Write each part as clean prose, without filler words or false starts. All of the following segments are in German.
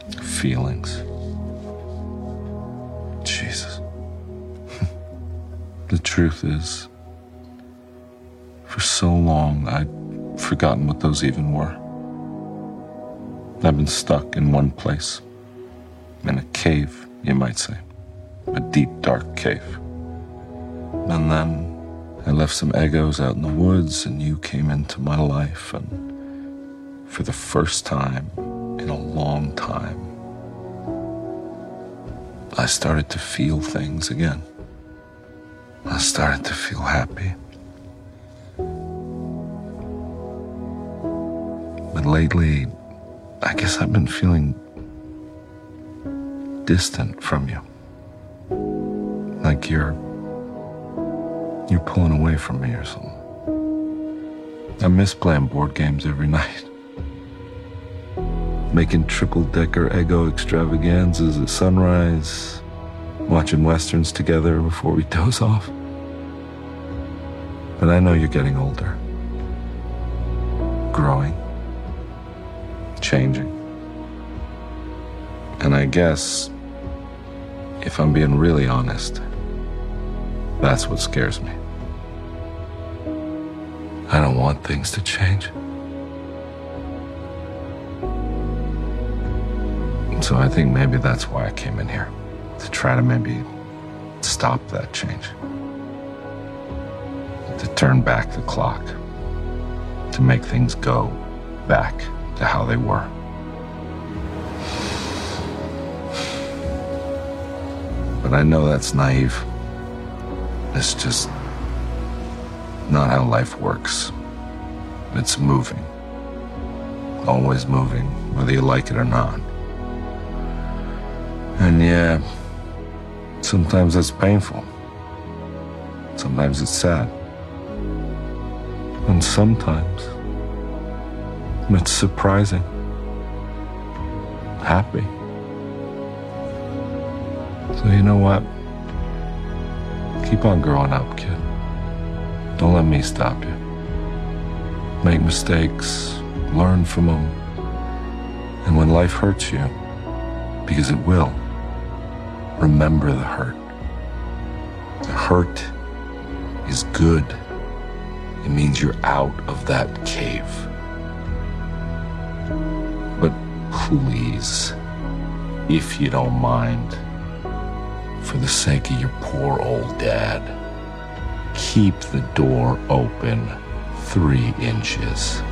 Feelings. Jesus. The truth is, for so long, I'd forgotten what those even were. I've been stuck in one place. In a cave, you might say. A deep, dark cave. And then I left some Eggos out in the woods, and you came into my life, and for the first time in a long time, I started to feel things again. I started to feel happy. But lately, I guess I've been feeling distant from you. Like you're pulling away from me or something. I miss playing board games every night. Making triple-decker Eggo extravaganzas at sunrise. Watching westerns together before we doze off. But I know you're getting older. Growing. Changing. And I guess, if I'm being really honest, that's what scares me. I don't want things to change. So I think maybe that's why I came in here. To try to maybe stop that change. To turn back the clock. To make things go back to how they were. But I know that's naive. It's just not how life works. It's moving. Always moving, whether you like it or not. And yeah, sometimes it's painful. Sometimes it's sad. And sometimes it's surprising. Happy. So you know what? Keep on growing up, kid. Don't let me stop you. Make mistakes, learn from them. And when life hurts you, because it will, remember the hurt. The hurt is good. It means you're out of that cave. But please, if you don't mind, for the sake of your poor old dad, keep the door open 3 inches.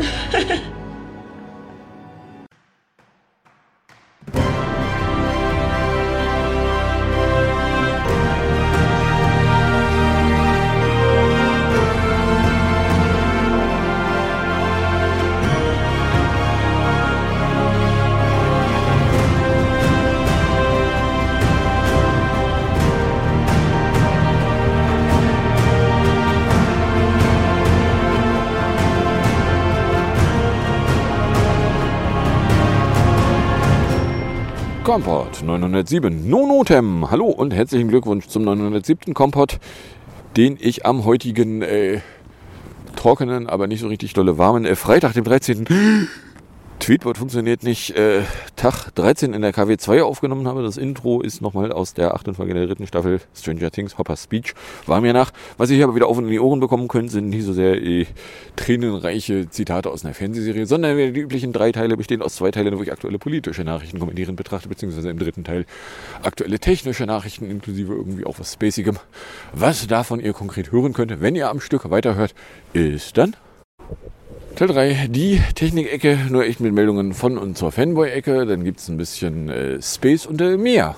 Kompott 907 Nonotem. Hallo und herzlichen Glückwunsch zum 907. Kompott, den ich am heutigen trockenen, aber nicht so richtig dolle warmen Freitag, dem 13. Tweetbot funktioniert nicht. Tag 13 in der KW2 aufgenommen habe. Das Intro ist nochmal aus der 8. Folge der 3. Staffel Stranger Things, Hopper's Speech. War mir nach. Was ihr hier aber wieder auf und in die Ohren bekommen könnt, sind nicht so sehr tränenreiche Zitate aus einer Fernsehserie, sondern die üblichen 3 Teile bestehen aus 2 Teilen, wo ich aktuelle politische Nachrichten kommentierend betrachte, beziehungsweise im 3. Teil aktuelle technische Nachrichten, inklusive irgendwie auch was Spacigem. Was davon ihr konkret hören könnt, wenn ihr am Stück weiterhört, ist dann Teil 3, die Technik-Ecke, nur echt mit Meldungen von und zur Fanboy-Ecke. Dann gibt es ein bisschen Space und mehr.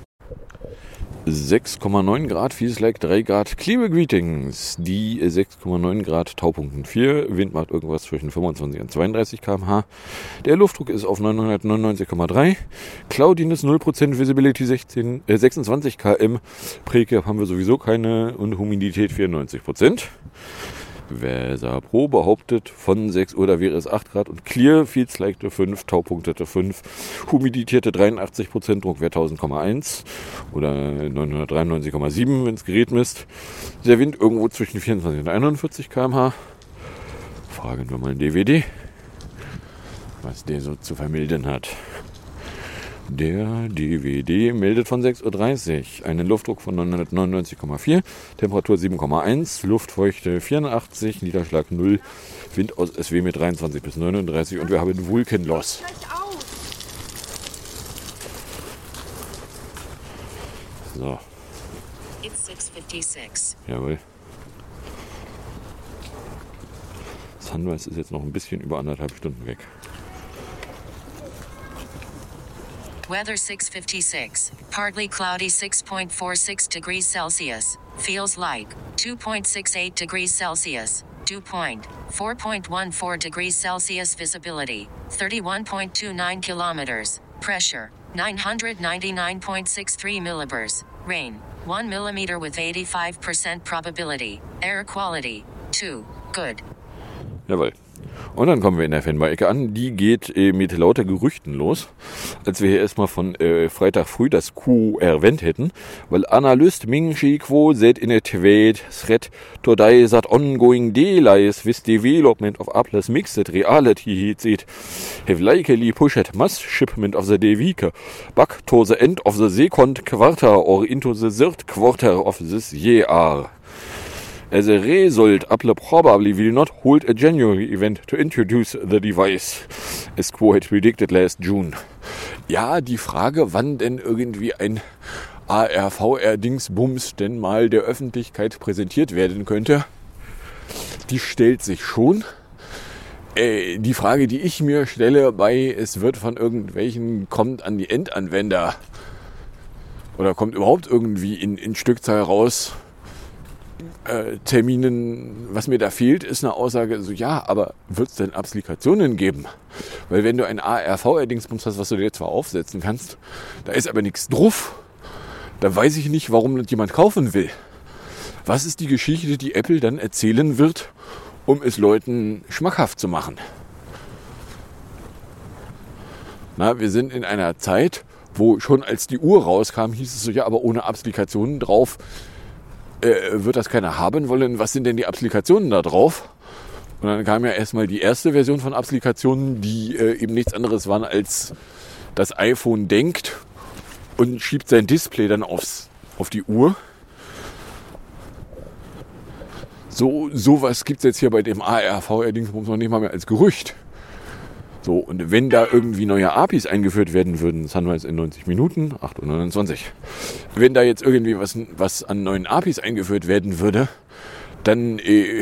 6,9 Grad, feels like 3 Grad, Klima Greetings. Die 6,9 Grad, Taupunkten 4, Wind macht irgendwas zwischen 25 und 32 km/h. Der Luftdruck ist auf 999,3. Cloudiness 0%, Visibility 26 km. Precap haben wir sowieso keine und Humidität 94%. Weser behauptet, von 6 Uhr da wäre es 8 Grad und clear, feels like 5, Taupunktete 5, humiditierte 83%, Druckwert 1000,1 oder 993,7, wenn das Gerät misst. Der Wind irgendwo zwischen 24 und 41 km/h. Fragen wir mal den DVD, was der so zu vermelden hat. Der DWD meldet von 6:30 Uhr einen Luftdruck von 999,4, Temperatur 7,1, Luftfeuchte 84, Niederschlag 0, Wind aus SW mit 23 bis 39 und wir haben Wolkenloss. So. It's 6:56. Jawohl. Sunrise ist jetzt noch ein bisschen über 1,5 Stunden weg. Weather 6:56. Partly cloudy 6.46 degrees Celsius. Feels like 2.68 degrees Celsius. Dew point 4.14 degrees Celsius. Visibility 31.29 kilometers. Pressure 999.63 millibars. Rain 1 millimeter with 85% probability. Air quality 2. Good. Jawohl. Und dann kommen wir in der Fanbar-Ecke an. Die geht mit lauter Gerüchten los, als wir hier erstmal von Freitag früh das Q erwähnt hätten, weil Analyst Ming Chi Kuo said in a tweet thread today that ongoing delays with development of Apple's mixed reality headset have likely pushed mass shipment of the vehicle back to the end of the second quarter or into the third quarter of this year. As a result, Apple probably will not hold a January event to introduce the device, as Quo had predicted last June. Ja, die Frage, wann denn irgendwie ein AR-VR-Dingsbums denn mal der Öffentlichkeit präsentiert werden könnte, die stellt sich schon. Die Frage, die ich mir stelle es wird von irgendwelchen, kommt an die Endanwender oder kommt überhaupt irgendwie in Stückzahl raus, Terminen, was mir da fehlt, ist eine Aussage, so ja, aber wird es denn Applikationen geben? Weil wenn du ein AR-VR-Dingsbums hast, was du dir zwar aufsetzen kannst, da ist aber nichts drauf, da weiß ich nicht, warum das jemand kaufen will. Was ist die Geschichte, die Apple dann erzählen wird, um es Leuten schmackhaft zu machen? Na, wir sind in einer Zeit, wo schon als die Uhr rauskam, hieß es so, ja, aber ohne Applikationen drauf wird das keiner haben wollen. Was sind denn die Applikationen da drauf? Und dann kam ja erstmal die erste Version von Applikationen, die eben nichts anderes waren, als das iPhone denkt und schiebt sein Display dann auf die Uhr. Sowas gibt es jetzt hier bei dem AR-VR-Dingsbums noch nicht mal mehr als Gerücht. So, und wenn da irgendwie neue APIs eingeführt werden würden, Sunrise in 90 Minuten, 8:29 Uhr, wenn da jetzt irgendwie was an neuen APIs eingeführt werden würde, dann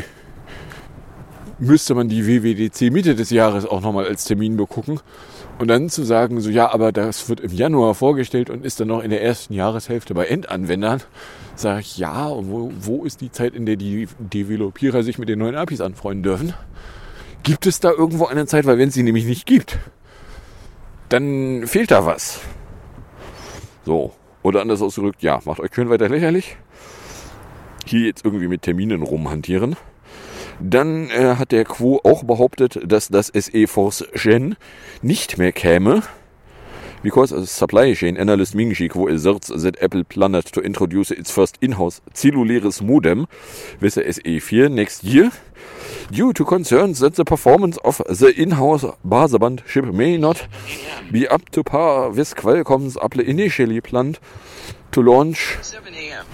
müsste man die WWDC Mitte des Jahres auch nochmal als Termin begucken. Und dann zu sagen, so ja, aber das wird im Januar vorgestellt und ist dann noch in der ersten Jahreshälfte bei Endanwendern, sage ich, ja, wo ist die Zeit, in der die Developierer sich mit den neuen APIs anfreunden dürfen? Gibt es da irgendwo eine Zeit? Weil wenn es sie nämlich nicht gibt, dann fehlt da was. So. Oder anders ausgedrückt, ja, macht euch schön weiter lächerlich. Hier jetzt irgendwie mit Terminen rumhantieren. Dann hat der Quo auch behauptet, dass das SE Force Gen nicht mehr käme. Because a supply chain analyst Ming Chi Kuo asserts that Apple planned to introduce its first in-house cellular modem with the SE4 next year. Due to concerns that the performance of the in-house baseband chip may not be up to par with Qualcomm's Apple initially planned to launch. 7 a.m.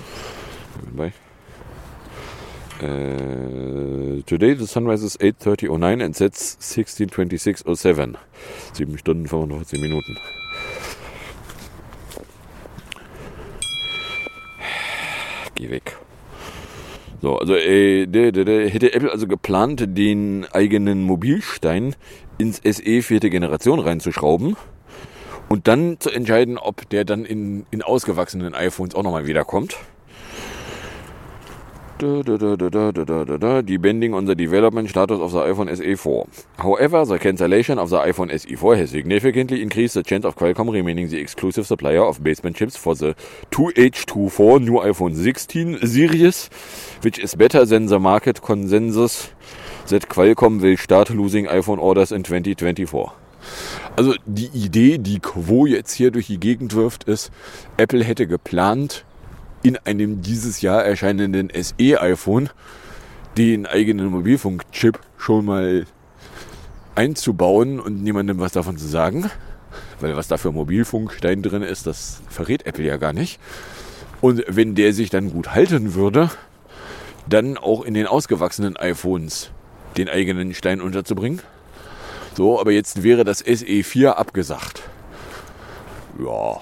Today the sunrise is 8:30:09 and sets 16:26:07. 7 Stunden 45 Minuten. Geh weg. So, also hätte Apple also geplant, den eigenen Mobilstein ins SE 4. Generation reinzuschrauben und dann zu entscheiden, ob der dann in ausgewachsenen iPhones auch nochmal wiederkommt. Depending on the development status of the iPhone SE 4. However, the cancellation of the iPhone SE 4 has significantly increased the chance of Qualcomm remaining the exclusive supplier of baseband chips for the 2H24 new iPhone 16 series, which is better than the market consensus that Qualcomm will start losing iPhone orders in 2024. Also die Idee, die Quo jetzt hier durch die Gegend wirft, ist, Apple hätte geplant, in einem dieses Jahr erscheinenden SE-iPhone den eigenen Mobilfunkchip schon mal einzubauen und niemandem was davon zu sagen. weil was da für Mobilfunkstein drin ist, das verrät Apple ja gar nicht. Und wenn der sich dann gut halten würde, dann auch in den ausgewachsenen iPhones den eigenen Stein unterzubringen. So, aber jetzt wäre das SE 4 abgesagt. Ja.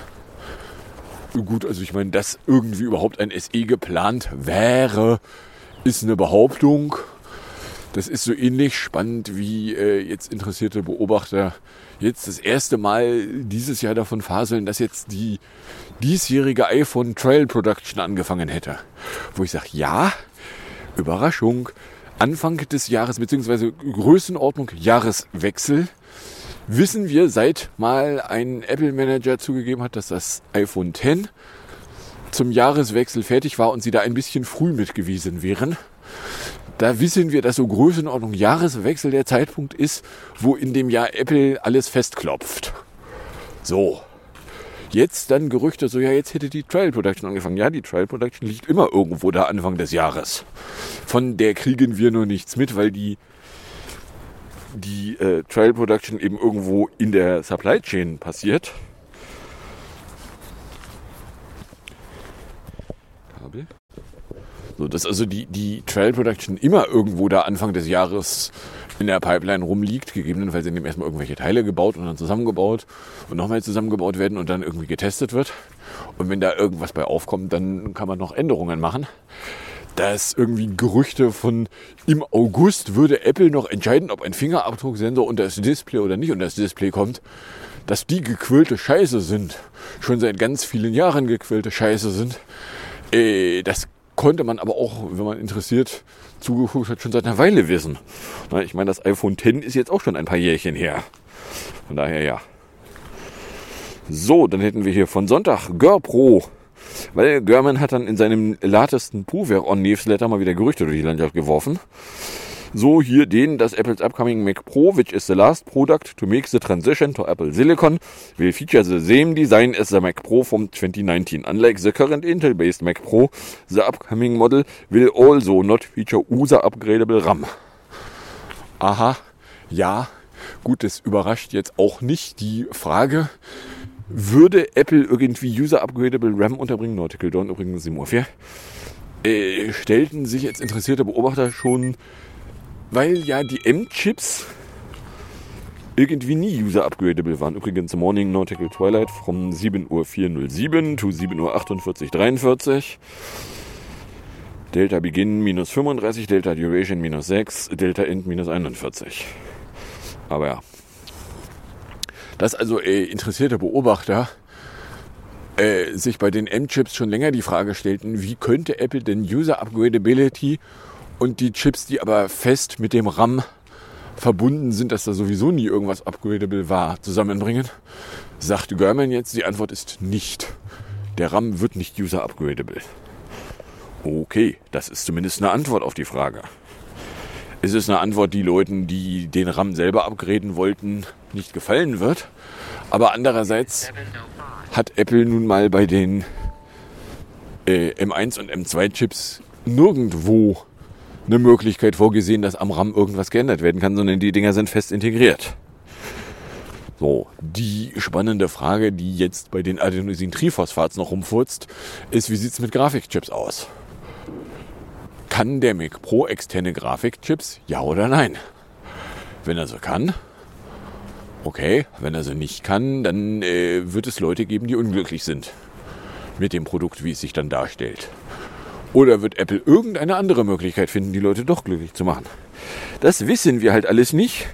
Gut, also ich meine, dass irgendwie überhaupt ein SE geplant wäre, ist eine Behauptung. Das ist so ähnlich spannend wie jetzt interessierte Beobachter jetzt das erste Mal dieses Jahr davon faseln, dass jetzt die diesjährige iPhone Trial Production angefangen hätte. Wo ich sage, ja, Überraschung, Anfang des Jahres bzw. Größenordnung Jahreswechsel, wissen wir, seit mal ein Apple-Manager zugegeben hat, dass das iPhone X zum Jahreswechsel fertig war und sie da ein bisschen früh mit gewesen wären. Da wissen wir, dass so Größenordnung Jahreswechsel der Zeitpunkt ist, wo in dem Jahr Apple alles festklopft. So. Jetzt dann Gerüchte, so ja, jetzt hätte die Trial Production angefangen. Ja, die Trial Production liegt immer irgendwo da Anfang des Jahres. Von der kriegen wir nur nichts mit, weil die Trial Production eben irgendwo in der Supply Chain passiert. Kabel. So, dass also die Trial Production immer irgendwo da Anfang des Jahres in der Pipeline rumliegt, gegebenenfalls sind eben erstmal irgendwelche Teile gebaut und dann zusammengebaut und nochmal zusammengebaut werden und dann irgendwie getestet wird. Und wenn da irgendwas bei aufkommt, dann kann man noch Änderungen machen. Dass irgendwie Gerüchte von im August würde Apple noch entscheiden, ob ein Fingerabdrucksensor unter das Display oder nicht unter das Display kommt, dass die gequillte Scheiße sind, schon seit ganz vielen Jahren gequillte Scheiße sind, das konnte man aber auch, wenn man interessiert zugeguckt hat, schon seit einer Weile wissen. Ich meine, das iPhone X ist jetzt auch schon ein paar Jährchen her. Von daher ja. So, dann hätten wir hier von Sonntag GerPro. Weil Gurman hat dann in seinem latesten ProWare-On-Newsletter mal wieder Gerüchte durch die Landschaft geworfen. So hier dass Apple's upcoming Mac Pro, which is the last product to make the transition to Apple Silicon, will feature the same design as the Mac Pro from 2019. Unlike the current Intel-based Mac Pro, the upcoming model will also not feature user-upgradable RAM. Aha, ja, gut, das überrascht jetzt auch nicht. Die Frage, würde Apple irgendwie user-upgradable RAM unterbringen? Nautical Dawn übrigens 7:04 Uhr. Stellten sich jetzt interessierte Beobachter schon, weil ja die M-Chips irgendwie nie user-upgradable waren. Übrigens Morning Nautical Twilight from 7:04:07 to 7:48:43. Delta Begin -35, Delta Duration -6, Delta End -41. Aber ja. Dass also interessierte Beobachter sich bei den M-Chips schon länger die Frage stellten, wie könnte Apple denn User-Upgradability und die Chips, die aber fest mit dem RAM verbunden sind, dass da sowieso nie irgendwas upgradable war, zusammenbringen, sagt Gurman jetzt, die Antwort ist nicht. Der RAM wird nicht user-upgradable. Okay, das ist zumindest eine Antwort auf die Frage. Es ist eine Antwort, die Leuten, die den RAM selber upgraden wollten, nicht gefallen wird. Aber andererseits hat Apple nun mal bei den M1 und M2 Chips nirgendwo eine Möglichkeit vorgesehen, dass am RAM irgendwas geändert werden kann, sondern die Dinger sind fest integriert. So, die spannende Frage, die jetzt bei den Adenosin-Triphosphats noch rumfurzt, ist, wie sieht es mit Grafikchips aus? Kann der Mac Pro externe Grafikchips? Ja oder nein? Wenn er so kann, okay. Wenn er so nicht kann, dann wird es Leute geben, die unglücklich sind mit dem Produkt, wie es sich dann darstellt. Oder wird Apple irgendeine andere Möglichkeit finden, die Leute doch glücklich zu machen? Das wissen wir halt alles nicht.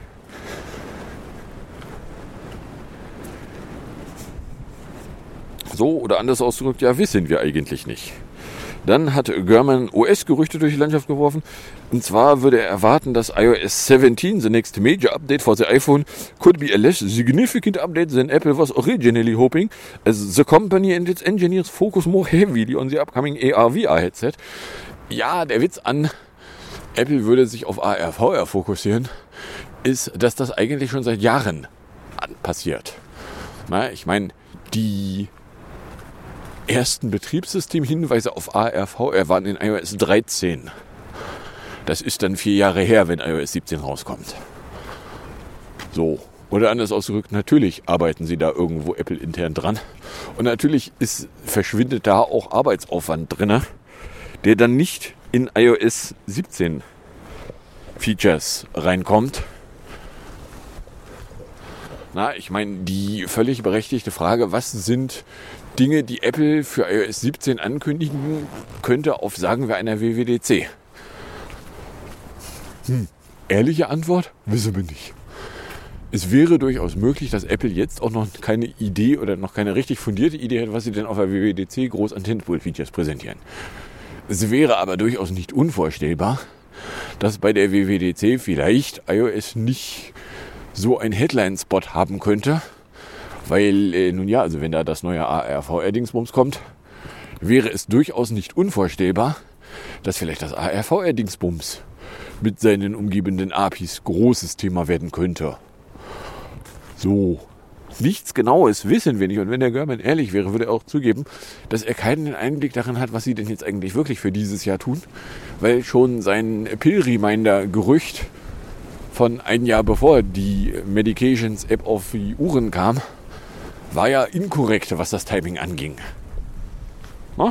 So, oder anders ausgedrückt, ja, wissen wir eigentlich nicht. Dann hat Gurman OS-Gerüchte durch die Landschaft geworfen. Und zwar würde er erwarten, dass iOS 17, the next major update for the iPhone, could be a less significant update than Apple was originally hoping, as the company and its engineers focus more heavily on the upcoming AR/VR headset. Ja, der Witz an Apple würde sich auf AR/VR fokussieren, ist, dass das eigentlich schon seit Jahren passiert. Na, ich meine, die ersten Betriebssystemhinweise auf AR/VR waren in iOS 13. Das ist dann 4 Jahre her, wenn iOS 17 rauskommt. So, Oder anders ausgedrückt, natürlich arbeiten sie da irgendwo Apple intern dran. Und natürlich verschwindet da auch Arbeitsaufwand drin, der dann nicht in iOS 17 Features reinkommt. Na, ich meine, die völlig berechtigte Frage, was sind Dinge, die Apple für iOS 17 ankündigen könnte auf, sagen wir, einer WWDC? Ehrliche Antwort? Wissen wir nicht. Es wäre durchaus möglich, dass Apple jetzt auch noch keine Idee oder noch keine richtig fundierte Idee hat, was sie denn auf der WWDC groß an Tentpole-Features präsentieren. Es wäre aber durchaus nicht unvorstellbar, dass bei der WWDC vielleicht iOS nicht so ein Headline-Spot haben könnte, weil, nun ja, also wenn da das neue AR-VR-Dingsbums kommt, wäre es durchaus nicht unvorstellbar, dass vielleicht das AR-VR-Dingsbums mit seinen umgebenden APIs großes Thema werden könnte. So, nichts Genaues wissen wir nicht. Und wenn der Gurman ehrlich wäre, würde er auch zugeben, dass er keinen Einblick darin hat, was sie denn jetzt eigentlich wirklich für dieses Jahr tun. Weil schon sein Pill-Reminder-Gerücht von ein Jahr bevor die Medications-App auf die Uhren kam, war ja inkorrekt, was das Timing anging. Na?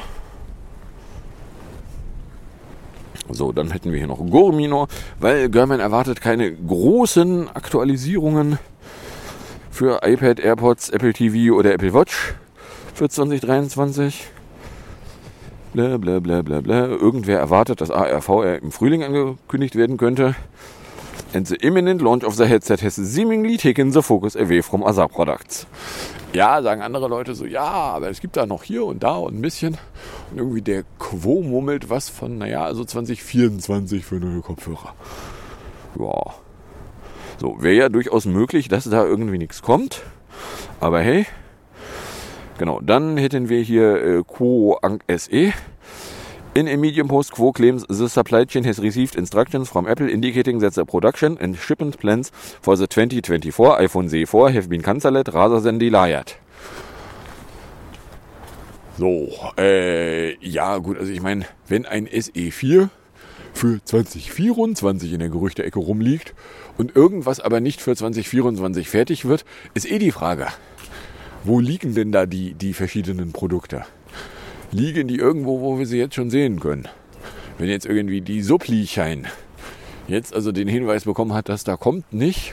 So, dann hätten wir hier noch Gorminor, weil Gurman erwartet keine großen Aktualisierungen für iPad, AirPods, Apple TV oder Apple Watch für 2023. Bla bla bla bla bla. Irgendwer erwartet, dass AR/VR im Frühling angekündigt werden könnte. And the imminent launch of the headset has seemingly taken the focus away from other products. Ja, sagen andere Leute so, ja, aber es gibt da noch hier und da und ein bisschen. Und irgendwie der Quo murmelt was von, also 2024 für neue Kopfhörer. Ja. So, wäre ja durchaus möglich, dass da irgendwie nichts kommt. Aber hey. Genau, dann hätten wir hier Quo Ank SE. In a Medium post, Quo claims the supply chain has received instructions from Apple indicating that the production and shipment plans for the 2024 iPhone SE 4 have been cancelled rather than delayed. So, ja gut, also ich meine, wenn ein SE 4 für 2024 in der Gerüchte-Ecke rumliegt und irgendwas aber nicht für 2024 fertig wird, ist die Frage, wo liegen denn da die verschiedenen Produkte? Liegen die irgendwo, wo wir sie jetzt schon sehen können? Wenn jetzt irgendwie die Supply-Chain jetzt also den Hinweis bekommen hat, dass da kommt nicht,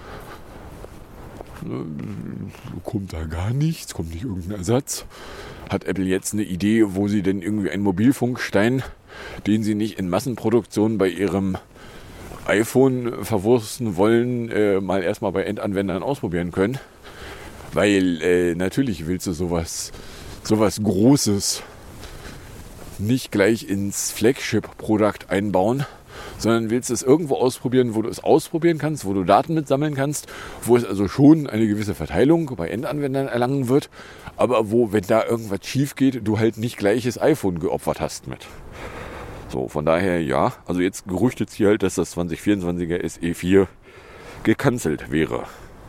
kommt da gar nichts, kommt nicht irgendein Ersatz, hat Apple jetzt eine Idee, wo sie denn irgendwie einen Mobilfunkstein, den sie nicht in Massenproduktion bei ihrem iPhone verwursten wollen, mal erstmal bei Endanwendern ausprobieren können. Weil natürlich willst du sowas Großes nicht gleich ins Flagship-Produkt einbauen, sondern willst es irgendwo ausprobieren, wo du es ausprobieren kannst, wo du Daten mitsammeln kannst, wo es also schon eine gewisse Verteilung bei Endanwendern erlangen wird, aber wo, wenn da irgendwas schief geht, du halt nicht gleiches iPhone geopfert hast mit. So, von daher ja, also jetzt gerüchtet hier halt, dass das 2024er SE4 gecancelt wäre.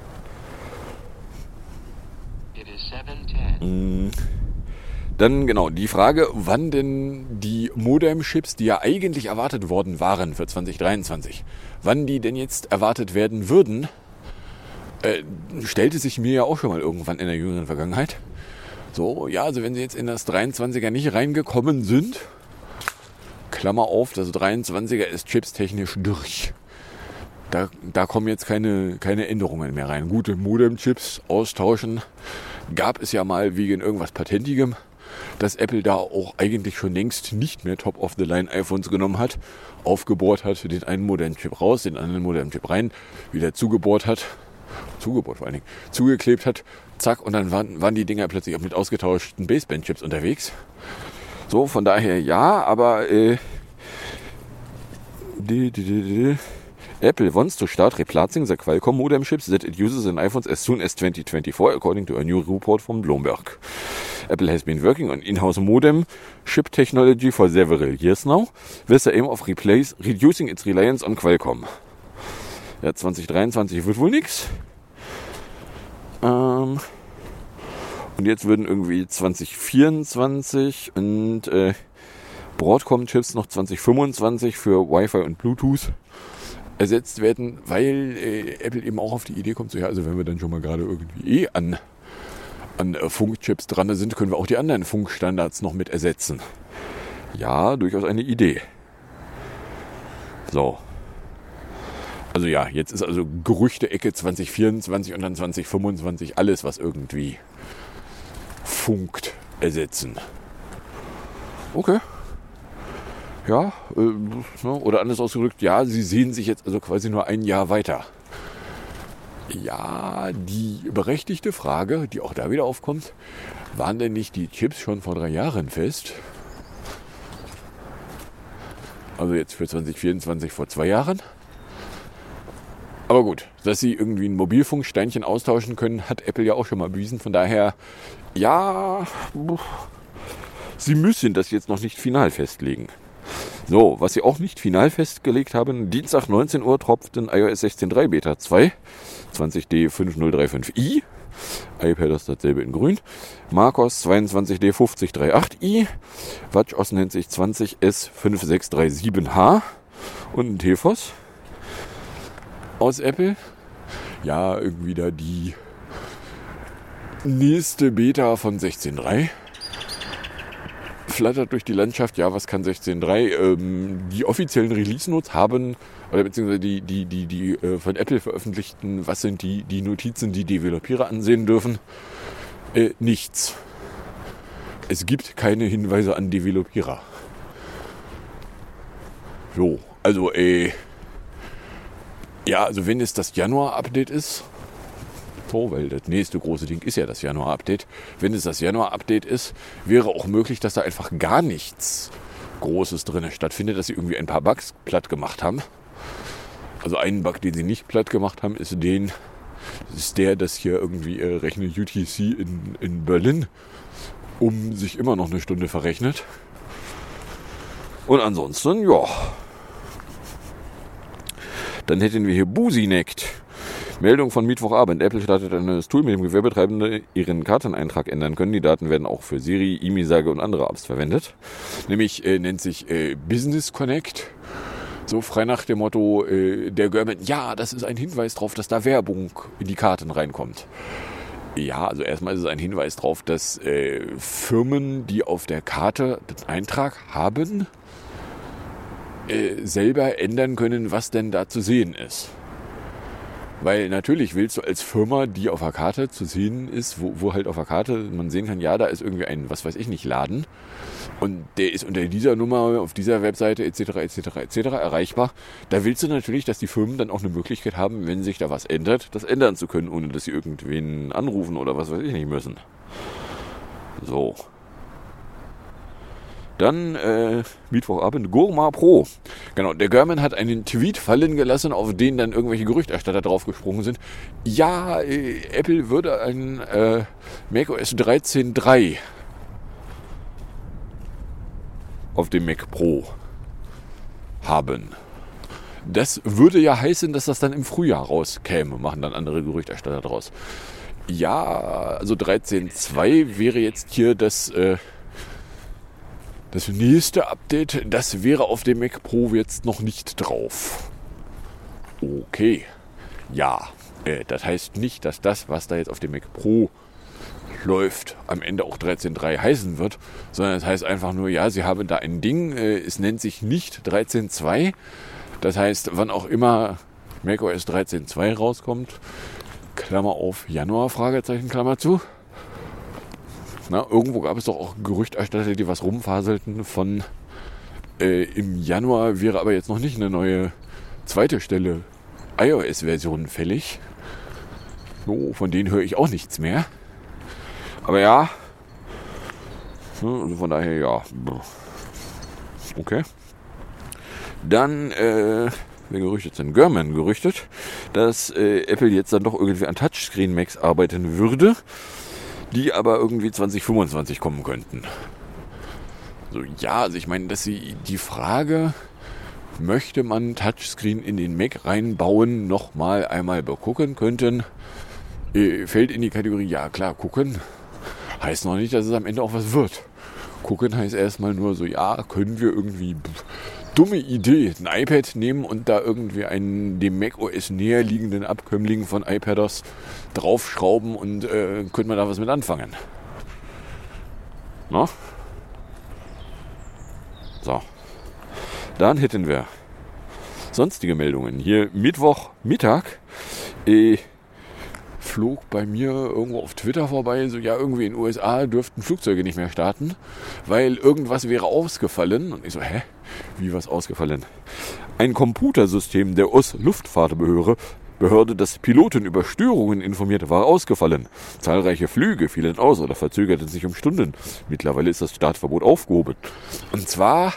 Dann genau die Frage, wann denn die Modem-Chips, die ja eigentlich erwartet worden waren für 2023, wann die denn jetzt erwartet werden würden, stellte sich mir ja auch schon mal irgendwann in der jüngeren Vergangenheit. So, ja, also wenn sie jetzt in das 23er nicht reingekommen sind, Klammer auf, das 23er ist chipstechnisch durch. Da kommen jetzt keine Änderungen mehr rein. Gute Modem-Chips austauschen gab es ja mal wegen irgendwas Patentigem, dass Apple da auch eigentlich schon längst nicht mehr Top-of-the-Line iPhones genommen hat, aufgebohrt hat, den einen Modem-Chip raus, den anderen Modem-Chip rein, wieder zugeklebt hat, zack, und dann waren die Dinger plötzlich auch mit ausgetauschten Baseband-Chips unterwegs. So, von daher ja, aber Apple wants to start replacing the Qualcomm modem chips that it uses in iPhones as soon as 2024, according to a new report from Bloomberg. Apple has been working on in-house modem chip technology for several years now, with the aim of reducing its reliance on Qualcomm. Ja, 2023 wird wohl nix. Und jetzt würden irgendwie 2024 und Broadcom-Chips noch 2025 für Wi-Fi und Bluetooth ersetzt werden, weil Apple eben auch auf die Idee kommt, so ja, also wenn wir dann schon mal gerade irgendwie an Funkchips dran sind, können wir auch die anderen Funkstandards noch mit ersetzen. Ja, durchaus eine Idee. So. Also ja, jetzt ist also Gerüchte-Ecke 2024 und dann 2025 alles, was irgendwie funkt, ersetzen. Okay. Ja, oder anders ausgedrückt, ja, sie sehen sich jetzt also quasi nur ein Jahr weiter. Ja, die berechtigte Frage, die auch da wieder aufkommt, waren denn nicht die Chips schon vor 3 Jahren fest? Also jetzt für 2024 vor 2 Jahren. Aber gut, dass sie irgendwie ein Mobilfunksteinchen austauschen können, hat Apple ja auch schon mal bewiesen. Von daher, ja, sie müssen das jetzt noch nicht final festlegen. So, was sie auch nicht final festgelegt haben, Dienstag 19 Uhr tropft in iOS 16.3 Beta 2, 20D5035i, iPad ist dasselbe in grün, macOS 22D5038i, WatchOS nennt sich 20S5637H und ein TFOS aus Apple. Ja, irgendwie da die nächste Beta von 16.3. Flattert durch die Landschaft, ja, was kann 16.3? Die offiziellen Release-Notes haben, oder beziehungsweise die von Apple veröffentlichten, was sind die Notizen, die Developer ansehen dürfen? Nichts. Es gibt keine Hinweise an Developer. So, also, ja, also wenn es das Januar-Update ist, so, weil das nächste große Ding ist ja das Januar-Update. Wenn es das Januar-Update ist, wäre auch möglich, dass da einfach gar nichts Großes drin stattfindet, dass sie irgendwie ein paar Bugs platt gemacht haben. Also einen Bug, den sie nicht platt gemacht haben, ist der, dass hier irgendwie rechne UTC in Berlin sich immer noch eine Stunde verrechnet. Und ansonsten, ja. Dann hätten wir hier Businect. Meldung von Mittwochabend. Apple startet ein neues Tool, mit dem Gewerbetreibende ihren Karteneintrag ändern können. Die Daten werden auch für Siri, E-Mail-Sage und andere Apps verwendet. Nämlich nennt sich Business Connect. So frei nach dem Motto, der Government, ja, das ist ein Hinweis darauf, dass da Werbung in die Karten reinkommt. Ja, also erstmal ist es ein Hinweis darauf, dass Firmen, die auf der Karte den Eintrag haben, selber ändern können, was denn da zu sehen ist. Weil natürlich willst du als Firma, die auf der Karte zu sehen ist, wo halt auf der Karte man sehen kann, ja, da ist irgendwie ein, was weiß ich nicht, Laden und der ist unter dieser Nummer auf dieser Webseite etc. erreichbar. Da willst du natürlich, dass die Firmen dann auch eine Möglichkeit haben, wenn sich da was ändert, das ändern zu können, ohne dass sie irgendwen anrufen oder was weiß ich nicht müssen. So. Dann Mittwochabend, Gurma Pro. Genau, der Gurman hat einen Tweet fallen gelassen, auf den dann irgendwelche Gerüchterstatter draufgesprungen sind. Ja, Apple würde ein macOS 13.3 auf dem Mac Pro haben. Das würde ja heißen, dass das dann im Frühjahr rauskäme, machen dann andere Gerüchterstatter draus. Ja, also 13.2 wäre jetzt hier das nächste Update, das wäre auf dem Mac Pro jetzt noch nicht drauf. Okay. Ja, das heißt nicht, dass das, was da jetzt auf dem Mac Pro läuft, am Ende auch 13.3 heißen wird, sondern es heißt einfach nur, ja, sie haben da ein Ding, es nennt sich nicht 13.2. Das heißt, wann auch immer macOS 13.2 rauskommt, Klammer auf Januar, Fragezeichen, Klammer zu. Na, irgendwo gab es doch auch Gerüchterstatter, die was rumfaselten von im Januar wäre aber jetzt noch nicht eine neue zweite Stelle iOS-Version fällig. So, von denen höre ich auch nichts mehr. Aber ja, also von daher ja. Okay. Dann, wer gerüchtet sind? Gurman gerüchtet, dass Apple jetzt dann doch irgendwie an Touchscreen-Macs arbeiten würde, die aber irgendwie 2025 kommen könnten. So, ja, also ich meine, dass sie die Frage, möchte man Touchscreen in den Mac reinbauen, nochmal einmal begucken könnten, fällt in die Kategorie, ja klar, gucken. Heißt noch nicht, dass es am Ende auch was wird. Gucken heißt erstmal nur so, ja, können wir irgendwie dumme Idee, ein iPad nehmen und da irgendwie einen dem macOS näher liegenden Abkömmling von iPadOS draufschrauben und könnte man da was mit anfangen. Na? So. Dann hätten wir sonstige Meldungen. Hier Mittwochmittag flog bei mir irgendwo auf Twitter vorbei, so ja, irgendwie in den USA dürften Flugzeuge nicht mehr starten, weil irgendwas wäre ausgefallen. Und ich so, wie was ausgefallen? Ein Computersystem der US-Luftfahrtbehörde, das Piloten über Störungen informierte, war ausgefallen. Zahlreiche Flüge fielen aus oder verzögerten sich um Stunden. Mittlerweile ist das Startverbot aufgehoben. Und zwar...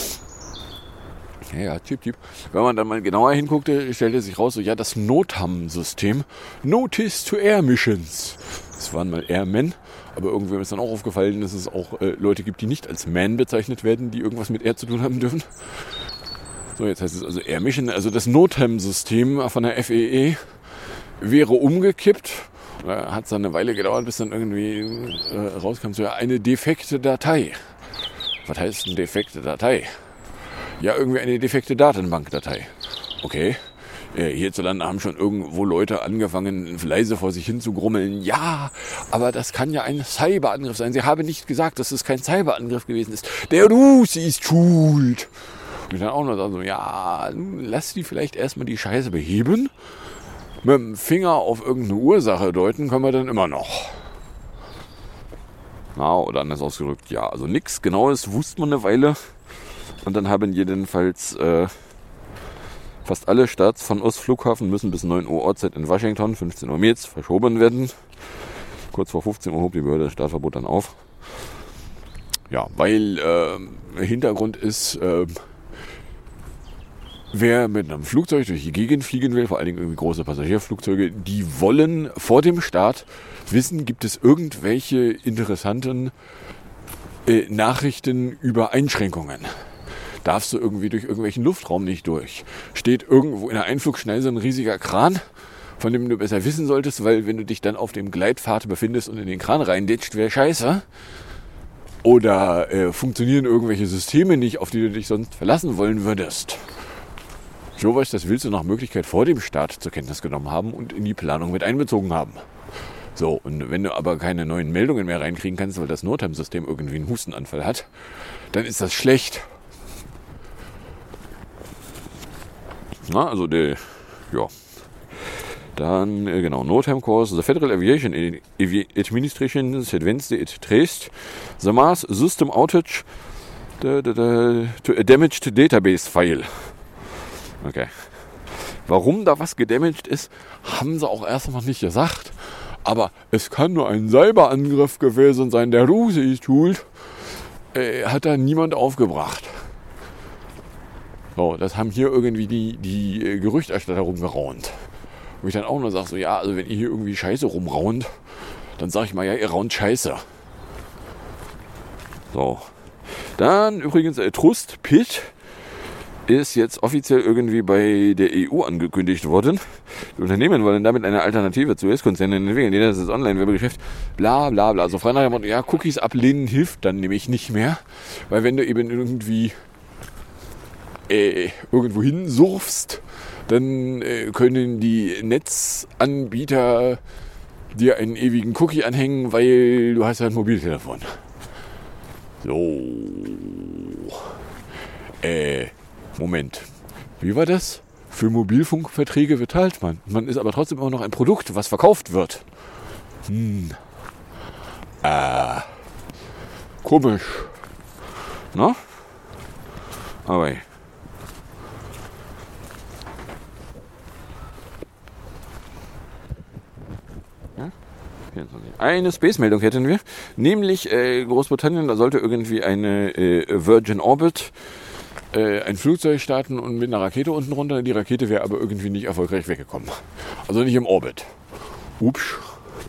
Ja, Tipp. Wenn man dann mal genauer hinguckte, stellte sich raus, so ja, das NOTAM-System, Notice to Air Missions. Das waren mal Airmen, aber irgendwann ist dann auch aufgefallen, dass es auch Leute gibt, die nicht als Man bezeichnet werden, die irgendwas mit Air zu tun haben dürfen. So, jetzt heißt es also Air Mission, also das NOTAM-System von der FAA wäre umgekippt. Da hat es dann eine Weile gedauert, bis dann irgendwie rauskam, so ja, eine defekte Datei. Was heißt eine defekte Datei? Ja, irgendwie eine defekte Datenbankdatei. Okay. Hierzulande haben schon irgendwo Leute angefangen, leise vor sich hin zu grummeln. Ja, aber das kann ja ein Cyberangriff sein. Sie haben nicht gesagt, dass es kein Cyberangriff gewesen ist. Der Russe ist schuld. Und ich dann auch noch so, ja, lass die vielleicht erstmal die Scheiße beheben. Mit dem Finger auf irgendeine Ursache deuten können wir dann immer noch. Na, oder anders ausgedrückt, ja, also nichts Genaues wusste man eine Weile. Und dann haben jedenfalls fast alle Starts von Ostflughafen müssen bis 9 Uhr Ortszeit in Washington, 15 Uhr Metz, verschoben werden. Kurz vor 15 Uhr hob die Behörde das Startverbot dann auf. Ja, weil Hintergrund ist, wer mit einem Flugzeug durch die Gegend fliegen will, vor allen Dingen irgendwie große Passagierflugzeuge, die wollen vor dem Start wissen, gibt es irgendwelche interessanten Nachrichten über Einschränkungen. Darfst du irgendwie durch irgendwelchen Luftraum nicht durch? Steht irgendwo in der Einflugschneise ein riesiger Kran, von dem du besser wissen solltest, weil wenn du dich dann auf dem Gleitpfad befindest und in den Kran reinditscht, wäre scheiße. Oder funktionieren irgendwelche Systeme nicht, auf die du dich sonst verlassen wollen würdest. Sowas, das willst du nach Möglichkeit vor dem Start zur Kenntnis genommen haben und in die Planung mit einbezogen haben. So, und wenn du aber keine neuen Meldungen mehr reinkriegen kannst, weil das NOTAM-System irgendwie einen Hustenanfall hat, dann ist das schlecht. Na, also Dann, NOTAM course, the Federal Aviation Administration said Wednesday it traced the mass system outage to a damaged database file. Okay. Warum da was gedamaged ist, haben sie auch erst noch nicht gesagt. Aber es kann nur ein Cyberangriff gewesen sein. Der Russe ist schuld. Hat da niemand aufgebracht. So, das haben hier irgendwie die Gerüchterstatter rumgeraunt. Wo ich dann auch nur sage, so ja, also wenn ihr hier irgendwie Scheiße rumraunt, dann sage ich mal, ja, ihr raunt Scheiße. So. Dann übrigens, Trust Pit ist jetzt offiziell irgendwie bei der EU angekündigt worden. Die Unternehmen wollen damit eine Alternative zu US-Konzernen entwickeln, die das Online-Werbegeschäft, bla bla bla. Also frei nach dem Motto, ja, Cookies ablehnen hilft dann nämlich nicht mehr, weil wenn du eben irgendwie irgendwo hin surfst, dann können die Netzanbieter dir einen ewigen Cookie anhängen, weil du hast ja ein Mobiltelefon. So. Moment. Wie war das? Für Mobilfunkverträge bezahlt man. Man ist aber trotzdem immer noch ein Produkt, was verkauft wird. Komisch. Na? Aber eine Space-Meldung hätten wir, nämlich Großbritannien, da sollte irgendwie eine Virgin Orbit ein Flugzeug starten und mit einer Rakete unten runter. Die Rakete wäre aber irgendwie nicht erfolgreich weggekommen. Also nicht im Orbit. Ups.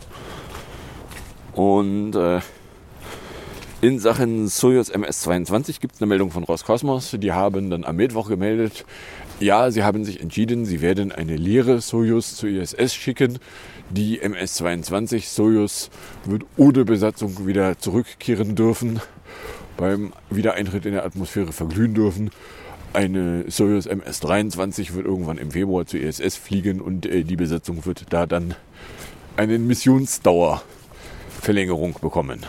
Und in Sachen Soyuz MS-22 gibt es eine Meldung von Roskosmos. Die haben dann am Mittwoch gemeldet, ja, sie haben sich entschieden, sie werden eine leere Soyuz zur ISS schicken. Die MS-22 Soyuz wird ohne Besatzung wieder zurückkehren dürfen, beim Wiedereintritt in der Atmosphäre verglühen dürfen. Eine Soyuz MS-23 wird irgendwann im Februar zur ISS fliegen und die Besatzung wird da dann eine Missionsdauerverlängerung bekommen.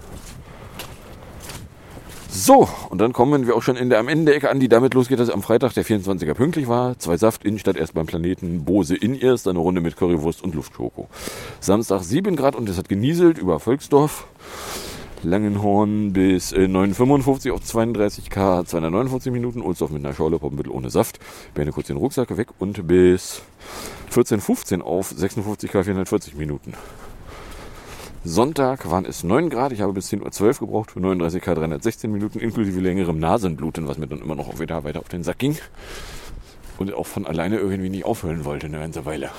So, und dann kommen wir auch schon am Ende der Ecke an, die damit losgeht, dass am Freitag der 24er pünktlich war. 2 Saft, Innenstadt erst beim Planeten, Bose In-Ears, dann eine Runde mit Currywurst und Luftschoko. Samstag 7 Grad und es hat genieselt über Volksdorf. Langenhorn bis 9,55 auf 32 K, 249 Minuten. Ohlsdorf mit einer Schorle, Poppenbüttel ohne Saft. Berne kurz den Rucksack weg und bis 14,15 auf 56 K, 440 Minuten. Sonntag waren es 9 Grad. Ich habe bis 10:12 Uhr gebraucht für 39 K, 316 Minuten, inklusive längerem Nasenbluten, was mir dann immer noch weiter auf den Sack ging. Und auch von alleine irgendwie nicht aufhören wollte eine ganze Weile.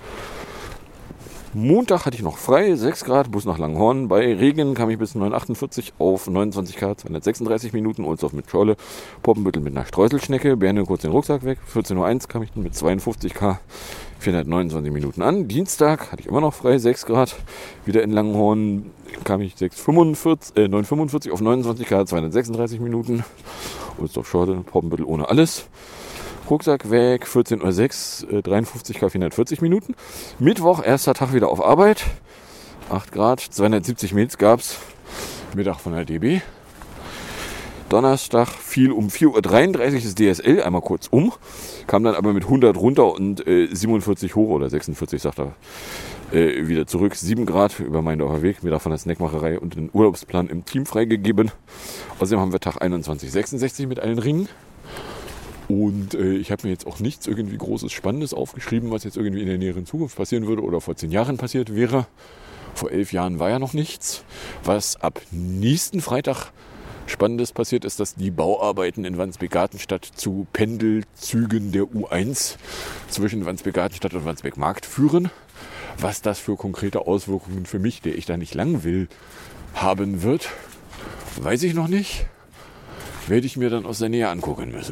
Montag hatte ich noch frei, 6 Grad, Bus nach Langenhorn. Bei Regen kam ich bis 9,48 auf 29 K, 236 Minuten. Ohlsdorf mit Schorle, Poppenbüttel mit einer Streuselschnecke. Berne kurz den Rucksack weg. 14:01 kam ich dann mit 52 K, 429 Minuten an. Dienstag hatte ich immer noch frei, 6 Grad. Wieder in Langenhorn kam ich 9,45 auf 29 K, 236 Minuten. Ohlsdorf Schorle, Poppenbüttel ohne alles. Rucksack weg, 14:06 Uhr, 53 K, 440 Minuten. Mittwoch, erster Tag wieder auf Arbeit. 8 Grad, 270 Mils gab's. Mittag von der DB. Donnerstag fiel um 4:33 Uhr das DSL, einmal kurz um. Kam dann aber mit 100 runter und 47 hoch oder 46, sagt er, wieder zurück. 7 Grad über Meindorfer Weg. Mittag von der Snackmacherei und den Urlaubsplan im Team freigegeben. Außerdem haben wir Tag 21:66 mit allen Ringen. Und ich habe mir jetzt auch nichts irgendwie Großes, Spannendes aufgeschrieben, was jetzt irgendwie in der näheren Zukunft passieren würde oder vor 10 Jahren passiert wäre. Vor 11 Jahren war ja noch nichts. Was ab nächsten Freitag Spannendes passiert ist, dass die Bauarbeiten in Wandsbek-Gartenstadt zu Pendelzügen der U1 zwischen Wandsbek-Gartenstadt und Wandsbek-Markt führen. Was das für konkrete Auswirkungen für mich, der ich da nicht lang will, haben wird, weiß ich noch nicht. Werde ich mir dann aus der Nähe angucken müssen.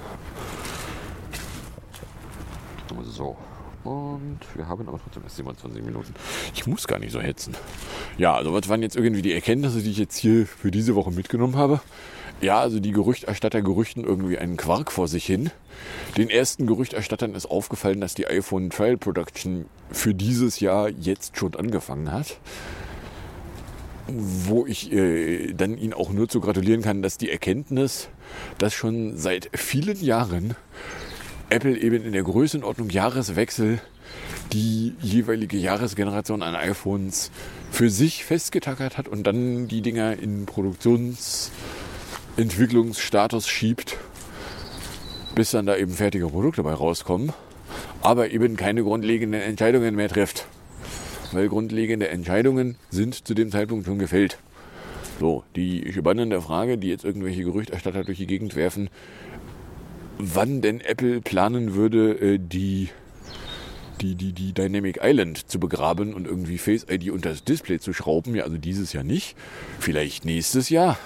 So, und wir haben aber trotzdem erst 27 Minuten. Ich muss gar nicht so hetzen. Ja, also was waren jetzt irgendwie die Erkenntnisse, die ich jetzt hier für diese Woche mitgenommen habe? Ja, also die Gerüchterstatter gerüchten irgendwie einen Quark vor sich hin. Den ersten Gerüchterstattern ist aufgefallen, dass die iPhone Trial Production für dieses Jahr jetzt schon angefangen hat. Wo ich dann Ihnen auch nur zu gratulieren kann, dass die Erkenntnis, dass schon seit vielen Jahren Apple eben in der Größenordnung Jahreswechsel die jeweilige Jahresgeneration an iPhones für sich festgetackert hat und dann die Dinger in Produktionsentwicklungsstatus schiebt, bis dann da eben fertige Produkte bei rauskommen, aber eben keine grundlegenden Entscheidungen mehr trifft. Weil grundlegende Entscheidungen sind zu dem Zeitpunkt schon gefällt. So, die spannende Frage, die jetzt irgendwelche Gerüchterstatter durch die Gegend werfen, wann denn Apple planen würde, die Dynamic Island zu begraben und irgendwie Face ID unter das Display zu schrauben. Ja, also dieses Jahr nicht. Vielleicht nächstes Jahr.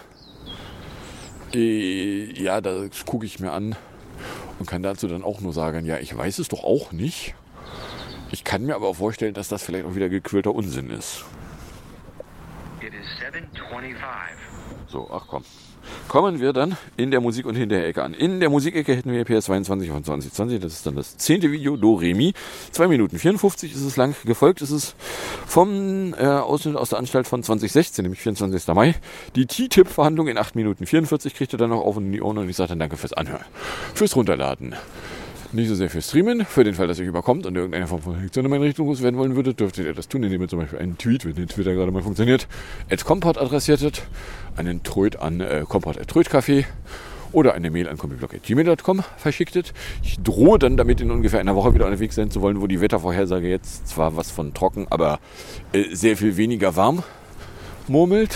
Ja, das gucke ich mir an und kann dazu dann auch nur sagen, ja, ich weiß es doch auch nicht. Ich kann mir aber auch vorstellen, dass das vielleicht auch wieder gequälter Unsinn ist. It is 7:25. So, ach komm. Kommen wir dann in der Musik- und Hinterher-Ecke an. In der Musikecke hätten wir PS22 von 2020. Das ist dann das 10. Video, Do, Re, Mi. 2 Minuten 54 ist es lang. Gefolgt ist es vom Ausschnitt aus der Anstalt von 2016, nämlich 24. Mai. Die TTIP-Verhandlung in 8 Minuten 44 kriegt er dann noch auf in die Ohren und ich sage dann danke fürs Anhören. Fürs Runterladen. Nicht so sehr fürs Streamen. Für den Fall, dass ihr überkommt und irgendeine Form von Reaktion in meine Richtung loswerden wollen würdet, dürftet ihr das tun, indem ihr zum Beispiel einen Tweet, wenn der Twitter gerade mal funktioniert, @comport adressiertet, einen Tröd an comport@trödcafé oder eine Mail an comicblog@gmail.com verschicktet. Ich drohe dann damit in ungefähr einer Woche wieder unterwegs sein zu wollen, wo die Wettervorhersage jetzt zwar was von trocken, aber sehr viel weniger warm murmelt.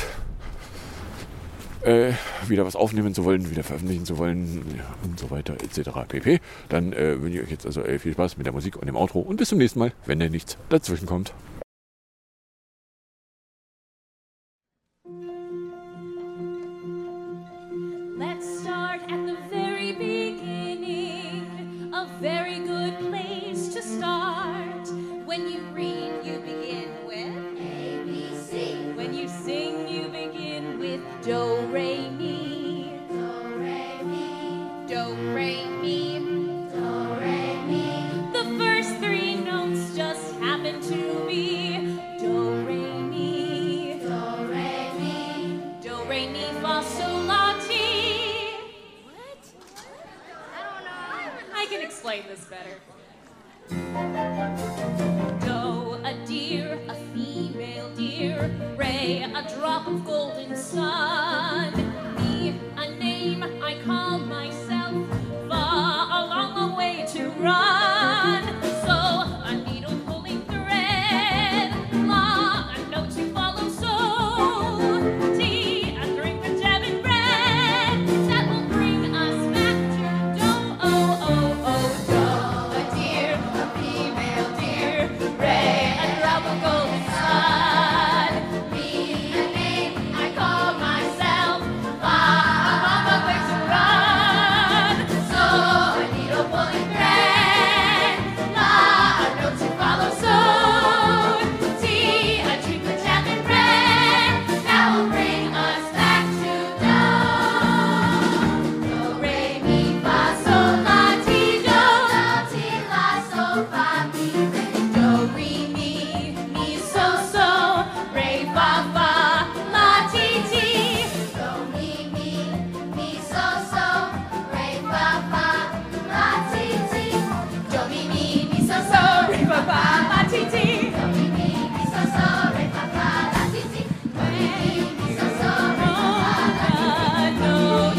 Wieder was aufnehmen zu wollen, wieder veröffentlichen zu wollen und so weiter etc. pp. Dann wünsche ich euch jetzt also viel Spaß mit der Musik und dem Outro und bis zum nächsten Mal, wenn denn nichts dazwischen kommt. Let's start at the very beginning. A very good place to start. When you read, you begin with A, B, C. When you sing, you begin with Do, Re, Mi. Do, Re, Mi. Do, Re, better. Doe, a deer, a female deer, ray, a drop of golden sun. Me, a name I call myself, far along the way to run. So, a needle pulling thread, law, a note to follow, so tea, a drink of jam and bread, that will bring us back to dough, oh, oh, oh, dough. A deer, a female deer, ray, a drop of golden sun. Me, a name I call myself, far along the way to run. So, a needle pulling thread, law, a note to follow, so tea, a drink of jam and bread, that will bring us back to dough. Do, re, mi, fa, sol, la, ti, do, ti, la, sol, fa, mi, re. Do, re, mi, so, so, re, fa, fa, la, ti, ti. Do, mi, so, so, re, fa, fa, la, ti, ti. Do, mi, so, so, re, fa, fa, la, ti, ti. Do, mi, so, so, re, fa, fa, la, ti, ti. Do, mi, so, so, re, fa, fa, la, ti, ti.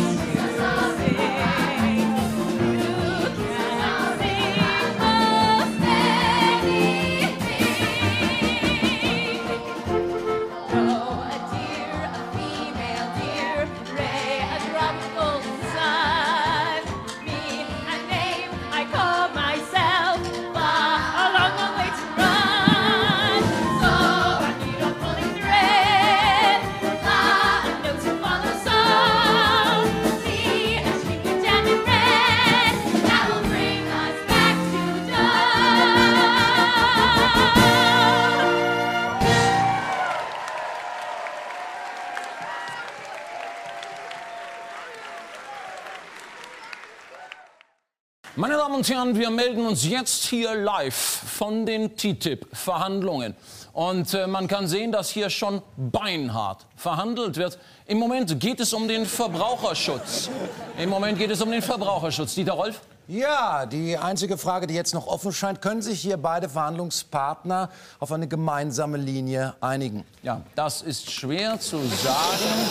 Meine Damen und Herren, wir melden uns jetzt hier live von den TTIP-Verhandlungen. Und man kann sehen, dass hier schon beinhart verhandelt wird. Im Moment geht es um den Verbraucherschutz. Dieter Rolf? Ja, die einzige Frage, die jetzt noch offen scheint, können sich hier beide Verhandlungspartner auf eine gemeinsame Linie einigen? Ja, das ist schwer zu sagen.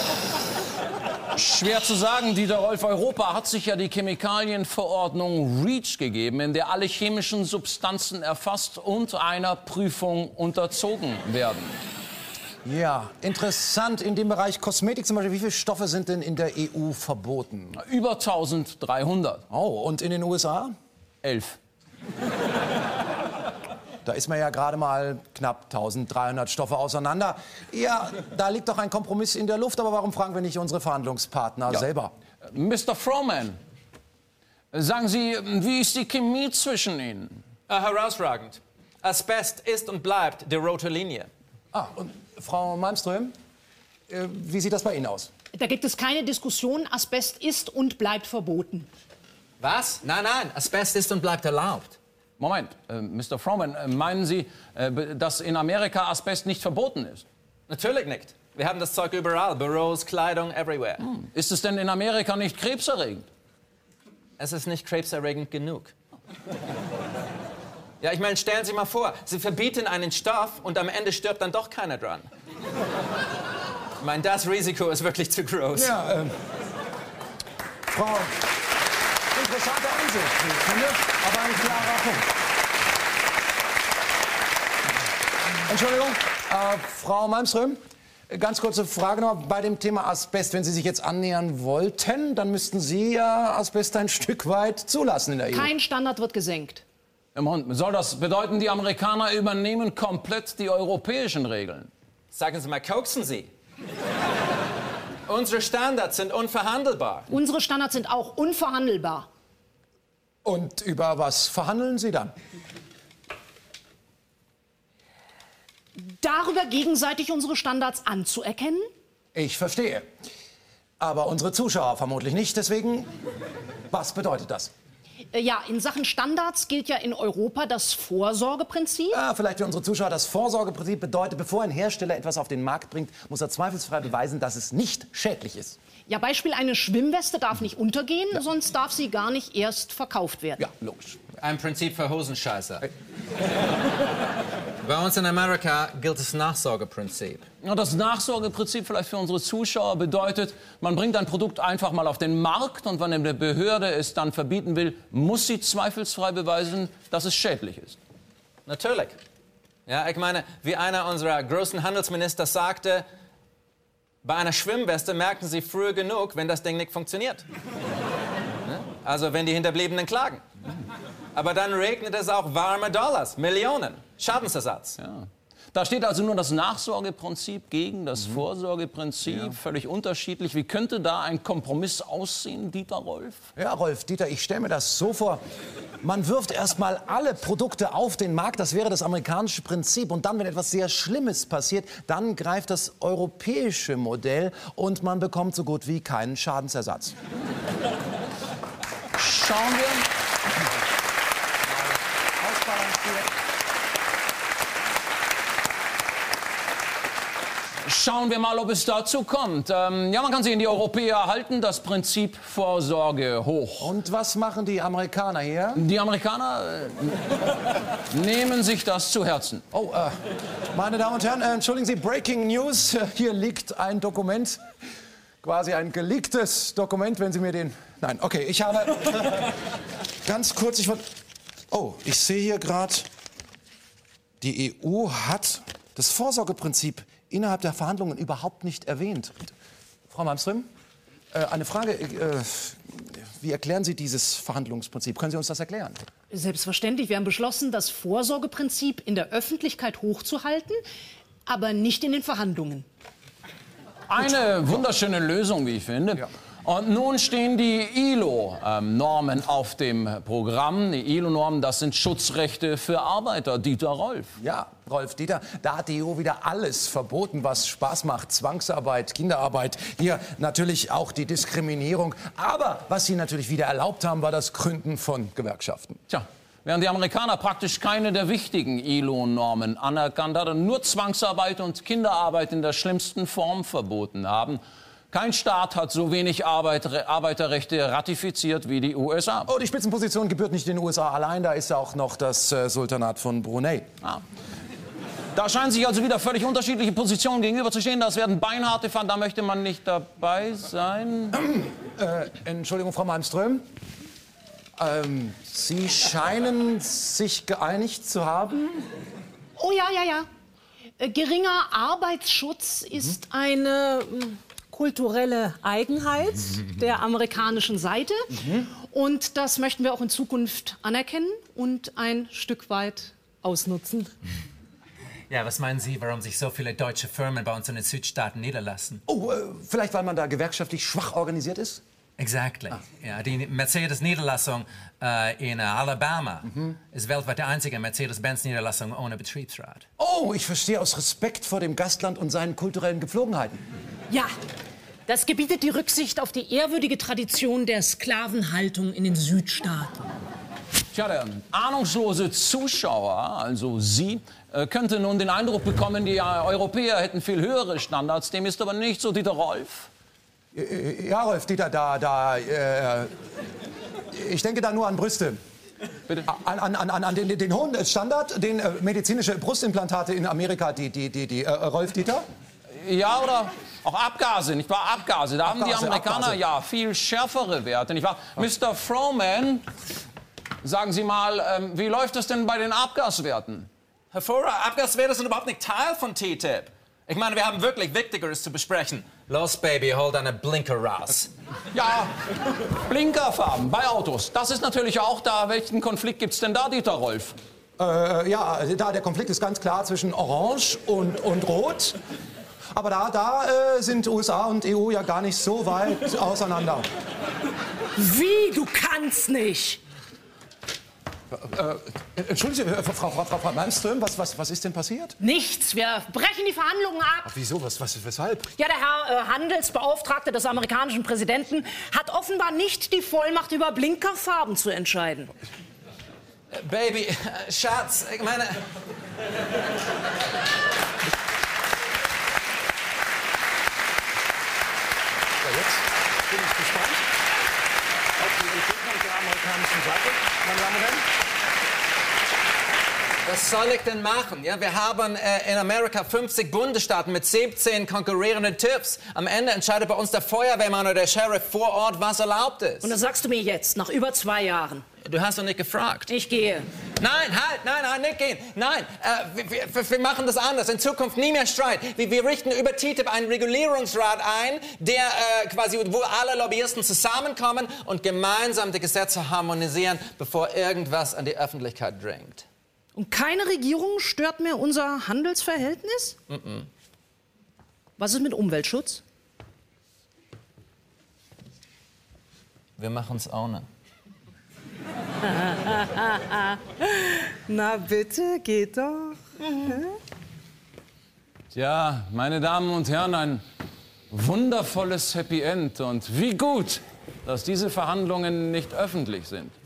Dieter Rolf. Europa hat sich ja die Chemikalienverordnung REACH gegeben, in der alle chemischen Substanzen erfasst und einer Prüfung unterzogen werden. Ja, interessant. In dem Bereich Kosmetik zum Beispiel, wie viele Stoffe sind denn in der EU verboten? Über 1300. Oh, und in den USA? 11. Da ist man ja gerade mal knapp 1300 Stoffe auseinander. Ja, da liegt doch ein Kompromiss in der Luft. Aber warum fragen wir nicht unsere Verhandlungspartner selber? Mr. Frohman, sagen Sie, wie ist die Chemie zwischen Ihnen? Herausragend. Asbest ist und bleibt die rote Linie. Ah, und Frau Malmström, wie sieht das bei Ihnen aus? Da gibt es keine Diskussion. Asbest ist und bleibt verboten. Was? Nein, Asbest ist und bleibt erlaubt. Moment, Mr. Frohman, meinen Sie, dass in Amerika Asbest nicht verboten ist? Natürlich nicht. Wir haben das Zeug überall. Büros, Kleidung, everywhere. Ist es denn in Amerika nicht krebserregend? Es ist nicht krebserregend genug. Ja, ich meine, stellen Sie mal vor, Sie verbieten einen Stoff und am Ende stirbt dann doch keiner dran. Ich meine, das Risiko ist wirklich zu groß. Ja, Frau, interessante Ansicht, wie ich finde, aber ein klarer Punkt. Entschuldigung, Frau Malmström, ganz kurze Frage noch bei dem Thema Asbest. Wenn Sie sich jetzt annähern wollten, dann müssten Sie ja Asbest ein Stück weit zulassen in der EU. Kein Standard wird gesenkt. Soll das bedeuten, die Amerikaner übernehmen komplett die europäischen Regeln? Sagen Sie mal, koksen Sie? Unsere Standards sind unverhandelbar. Unsere Standards sind auch unverhandelbar. Und über was verhandeln Sie dann? Darüber gegenseitig unsere Standards anzuerkennen? Ich verstehe. Aber unsere Zuschauer vermutlich nicht. Deswegen, was bedeutet das? Ja, in Sachen Standards gilt ja in Europa das Vorsorgeprinzip. Vielleicht für unsere Zuschauer. Das Vorsorgeprinzip bedeutet, bevor ein Hersteller etwas auf den Markt bringt, muss er zweifelsfrei beweisen, dass es nicht schädlich ist. Ja, Beispiel, eine Schwimmweste darf nicht untergehen, sonst darf sie gar nicht erst verkauft werden. Ja, logisch. Ja. Ein Prinzip für Hosenscheißer. Bei uns in Amerika gilt das Nachsorgeprinzip. Ja, das Nachsorgeprinzip vielleicht für unsere Zuschauer bedeutet, man bringt ein Produkt einfach mal auf den Markt und wenn eine Behörde es dann verbieten will, muss sie zweifelsfrei beweisen, dass es schädlich ist. Natürlich. Ja, ich meine, wie einer unserer großen Handelsminister sagte, bei einer Schwimmweste merken Sie früh genug, wenn das Ding nicht funktioniert. Also wenn die Hinterbliebenen klagen. Aber dann regnet es auch warme Dollars, Millionen, Schadensersatz. Ja. Da steht also nur das Nachsorgeprinzip gegen das Vorsorgeprinzip, ja. Völlig unterschiedlich. Wie könnte da ein Kompromiss aussehen, Dieter Rolf? Ja, Rolf, Dieter, ich stelle mir das so vor. Man wirft erstmal alle Produkte auf den Markt, das wäre das amerikanische Prinzip. Und dann, wenn etwas sehr Schlimmes passiert, dann greift das europäische Modell und man bekommt so gut wie keinen Schadensersatz. Schauen wir. Schauen wir mal, ob es dazu kommt. Ja, man kann sehen, die Europäer halten das Prinzip Vorsorge hoch. Und was machen die Amerikaner hier? Die Amerikaner nehmen sich das zu Herzen. Oh, meine Damen und Herren, entschuldigen Sie, Breaking News. Hier liegt ein Dokument, quasi ein geleaktes Dokument, wenn Sie mir den... Nein, okay, ich habe... Ganz kurz, ich sehe hier gerade, die EU hat das Vorsorgeprinzip innerhalb der Verhandlungen überhaupt nicht erwähnt. Frau Malmström, eine Frage. Wie erklären Sie dieses Verhandlungsprinzip? Können Sie uns das erklären? Selbstverständlich. Wir haben beschlossen, das Vorsorgeprinzip in der Öffentlichkeit hochzuhalten, aber nicht in den Verhandlungen. Eine wunderschöne Lösung, wie ich finde. Ja. Und nun stehen die ILO-Normen auf dem Programm. Die ILO-Normen, das sind Schutzrechte für Arbeiter. Dieter Rolf. Ja, Rolf, Dieter, da hat die EU wieder alles verboten, was Spaß macht. Zwangsarbeit, Kinderarbeit, hier natürlich auch die Diskriminierung. Aber was sie natürlich wieder erlaubt haben, war das Gründen von Gewerkschaften. Tja, während die Amerikaner praktisch keine der wichtigen ILO-Normen anerkannt hatten, nur Zwangsarbeit und Kinderarbeit in der schlimmsten Form verboten haben. Kein Staat hat so wenig Arbeiterrechte ratifiziert wie die USA. Oh, die Spitzenposition gebührt nicht den USA allein, da ist auch noch das Sultanat von Brunei. Ah. Da scheinen sich also wieder völlig unterschiedliche Positionen gegenüberzustehen. Das werden beinharte Verhandlungen, da möchte man nicht dabei sein. Entschuldigung, Frau Malmström. Sie scheinen sich geeinigt zu haben? Oh ja. Geringer Arbeitsschutz ist eine kulturelle Eigenheit der amerikanischen Seite. Und das möchten wir auch in Zukunft anerkennen und ein Stück weit ausnutzen. Ja, was meinen Sie, warum sich so viele deutsche Firmen bei uns in den Südstaaten niederlassen? Oh, vielleicht weil man da gewerkschaftlich schwach organisiert ist? Exactly. Ja, die Mercedes-Niederlassung in Alabama ist weltweit die einzige Mercedes-Benz-Niederlassung ohne Betriebsrat. Oh, ich verstehe, aus Respekt vor dem Gastland und seinen kulturellen Gepflogenheiten. Ja, das gebietet die Rücksicht auf die ehrwürdige Tradition der Sklavenhaltung in den Südstaaten. Tja, der ahnungslose Zuschauer, also Sie, könnte nun den Eindruck bekommen, die Europäer hätten viel höhere Standards. Dem ist aber nicht so, Dieter Rolf. Ja, Rolf, Dieter, ich denke da nur an Brüste. Bitte? An den hohen Standard, den medizinische Brustimplantate in Amerika, Rolf, Dieter? Ja, oder auch Abgase, nicht wahr? Abgase. Da haben die Amerikaner ja viel schärfere Werte, nicht wahr? Mr. Frohman, sagen Sie mal, wie läuft es denn bei den Abgaswerten? Hervorragend. Abgaswerte sind überhaupt nicht Teil von TTIP. Ich meine, wir haben wirklich Wichtigeres zu besprechen. Los, Baby, hol deine Blinker raus. Ja, Blinkerfarben bei Autos. Das ist natürlich auch da. Welchen Konflikt gibt's denn da, Dieter Rolf? Ja, der Konflikt ist ganz klar zwischen Orange und Rot. Aber da sind USA und EU ja gar nicht so weit auseinander. Wie? Du kannst nicht! Entschuldigen Sie, Frau Malmström, was ist denn passiert? Nichts. Wir brechen die Verhandlungen ab. Ach, wieso? Weshalb? Ja, der Herr Handelsbeauftragte des amerikanischen Präsidenten hat offenbar nicht die Vollmacht, über Blinkerfarben zu entscheiden. Baby, Schatz, ich meine... Jetzt bin ich gespannt auf die Entwicklung der amerikanischen Seite. Meine Damen und Herren, Was soll ich denn machen? Ja, wir haben in Amerika 50 Bundesstaaten mit 17 konkurrierenden TÜVs. Am Ende entscheidet bei uns der Feuerwehrmann oder der Sheriff vor Ort, was erlaubt ist. Und das sagst du mir jetzt, nach über 2 Jahren. Du hast doch nicht gefragt. Ich gehe. Nein, nein, nicht gehen. Nein, wir machen das anders. In Zukunft nie mehr Streit. Wir richten über TTIP einen Regulierungsrat ein, der wo alle Lobbyisten zusammenkommen und gemeinsam die Gesetze harmonisieren, bevor irgendwas an die Öffentlichkeit dringt. Und keine Regierung stört mehr unser Handelsverhältnis? Was ist mit Umweltschutz? Wir machen es ohne. Na bitte, geht doch. Tja, meine Damen und Herren, ein wundervolles Happy End. Und wie gut, dass diese Verhandlungen nicht öffentlich sind.